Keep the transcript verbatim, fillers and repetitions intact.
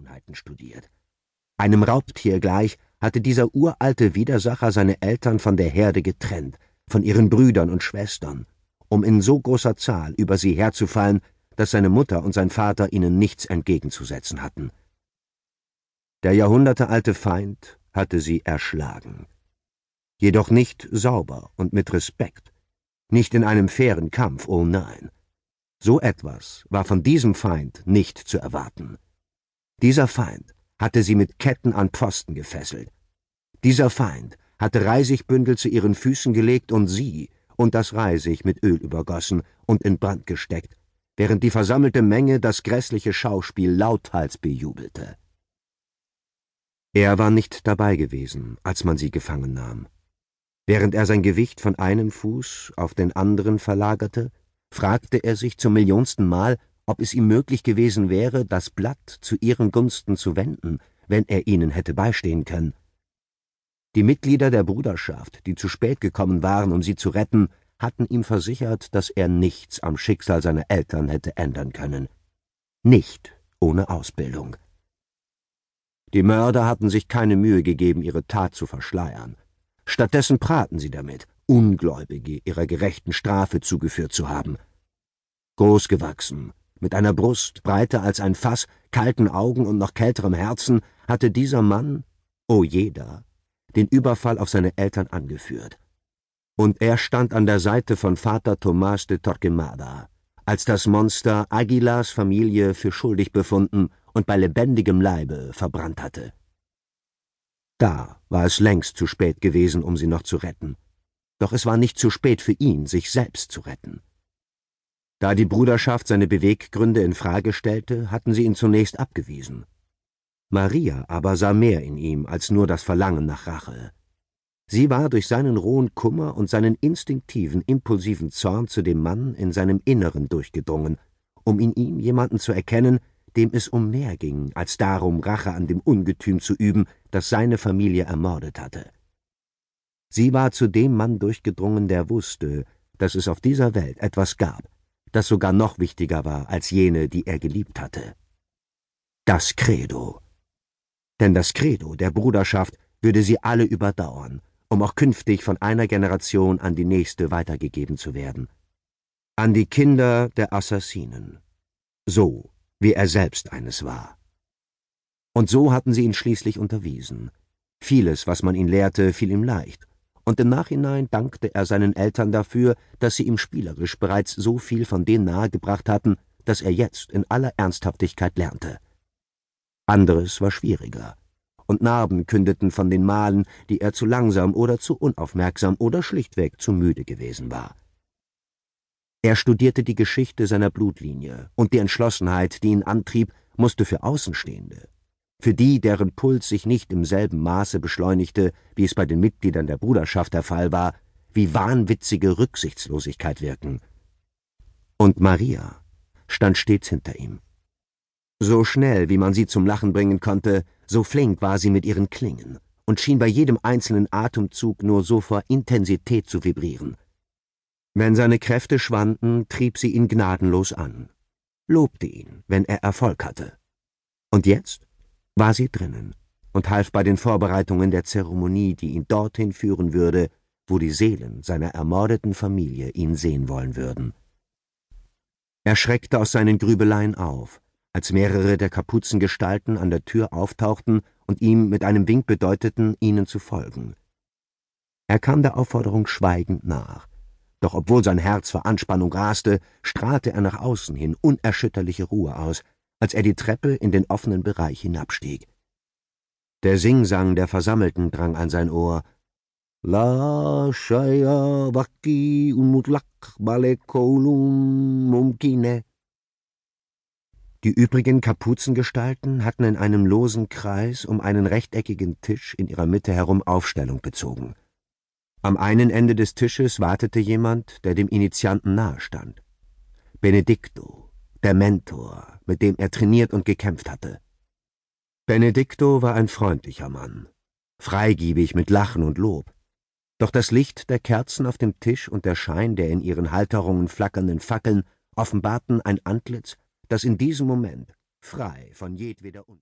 Gewohnheiten studiert. Einem Raubtier gleich hatte dieser uralte Widersacher seine Eltern von der Herde getrennt, von ihren Brüdern und Schwestern, um in so großer Zahl über sie herzufallen, dass seine Mutter und sein Vater ihnen nichts entgegenzusetzen hatten. Der jahrhundertealte Feind hatte sie erschlagen. Jedoch nicht sauber und mit Respekt, nicht in einem fairen Kampf, oh nein. So etwas war von diesem Feind nicht zu erwarten. Dieser Feind hatte sie mit Ketten an Pfosten gefesselt. Dieser Feind hatte Reisigbündel zu ihren Füßen gelegt und sie und das Reisig mit Öl übergossen und in Brand gesteckt, während die versammelte Menge das grässliche Schauspiel lauthals bejubelte. Er war nicht dabei gewesen, als man sie gefangen nahm. Während er sein Gewicht von einem Fuß auf den anderen verlagerte, fragte er sich zum millionsten Mal, ob es ihm möglich gewesen wäre, das Blatt zu ihren Gunsten zu wenden, wenn er ihnen hätte beistehen können. Die Mitglieder der Bruderschaft, die zu spät gekommen waren, um sie zu retten, hatten ihm versichert, dass er nichts am Schicksal seiner Eltern hätte ändern können. Nicht ohne Ausbildung. Die Mörder hatten sich keine Mühe gegeben, ihre Tat zu verschleiern. Stattdessen praten sie damit, Ungläubige ihrer gerechten Strafe zugeführt zu haben. Großgewachsen, mit einer Brust breiter als ein Fass, kalten Augen und noch kälterem Herzen, hatte dieser Mann, oh jeder, den Überfall auf seine Eltern angeführt. Und er stand an der Seite von Vater Tomás de Torquemada, als das Monster Aguilars Familie für schuldig befunden und bei lebendigem Leibe verbrannt hatte. Da war es längst zu spät gewesen, um sie noch zu retten. Doch es war nicht zu spät für ihn, sich selbst zu retten. Da die Bruderschaft seine Beweggründe in Frage stellte, hatten sie ihn zunächst abgewiesen. Maria aber sah mehr in ihm als nur das Verlangen nach Rache. Sie war durch seinen rohen Kummer und seinen instinktiven, impulsiven Zorn zu dem Mann in seinem Inneren durchgedrungen, um in ihm jemanden zu erkennen, dem es um mehr ging, als darum, Rache an dem Ungetüm zu üben, das seine Familie ermordet hatte. Sie war zu dem Mann durchgedrungen, der wusste, dass es auf dieser Welt etwas gab, das sogar noch wichtiger war als jene, die er geliebt hatte. Das Credo. Denn das Credo der Bruderschaft würde sie alle überdauern, um auch künftig von einer Generation an die nächste weitergegeben zu werden. An die Kinder der Assassinen. So, wie er selbst eines war. Und so hatten sie ihn schließlich unterwiesen. Vieles, was man ihn lehrte, fiel ihm leicht, und im Nachhinein dankte er seinen Eltern dafür, dass sie ihm spielerisch bereits so viel von dem nahegebracht hatten, dass er jetzt in aller Ernsthaftigkeit lernte. Anderes war schwieriger, und Narben kündeten von den Malen, die er zu langsam oder zu unaufmerksam oder schlichtweg zu müde gewesen war. Er studierte die Geschichte seiner Blutlinie, und die Entschlossenheit, die ihn antrieb, musste für Außenstehende, für die, deren Puls sich nicht im selben Maße beschleunigte, wie es bei den Mitgliedern der Bruderschaft der Fall war, wie wahnwitzige Rücksichtslosigkeit wirken. Und Maria stand stets hinter ihm. So schnell, wie man sie zum Lachen bringen konnte, so flink war sie mit ihren Klingen und schien bei jedem einzelnen Atemzug nur so vor Intensität zu vibrieren. Wenn seine Kräfte schwanden, trieb sie ihn gnadenlos an, lobte ihn, wenn er Erfolg hatte. Und jetzt war sie drinnen und half bei den Vorbereitungen der Zeremonie, die ihn dorthin führen würde, wo die Seelen seiner ermordeten Familie ihn sehen wollen würden. Er schreckte aus seinen Grübeleien auf, als mehrere der Kapuzengestalten an der Tür auftauchten und ihm mit einem Wink bedeuteten, ihnen zu folgen. Er kam der Aufforderung schweigend nach, doch obwohl sein Herz vor Anspannung raste, strahlte er nach außen hin unerschütterliche Ruhe aus, als er die Treppe in den offenen Bereich hinabstieg. Der Singsang der Versammelten drang an sein Ohr. La shaya waki umutlak balekolum mumkine. Die übrigen Kapuzengestalten hatten in einem losen Kreis um einen rechteckigen Tisch in ihrer Mitte herum Aufstellung bezogen. Am einen Ende des Tisches wartete jemand, der dem Initianten nahe stand. Benedicto, der Mentor, mit dem er trainiert und gekämpft hatte. Benedicto war ein freundlicher Mann, freigebig mit Lachen und Lob. Doch das Licht der Kerzen auf dem Tisch und der Schein der in ihren Halterungen flackernden Fackeln offenbarten ein Antlitz, das in diesem Moment frei von jedweder Un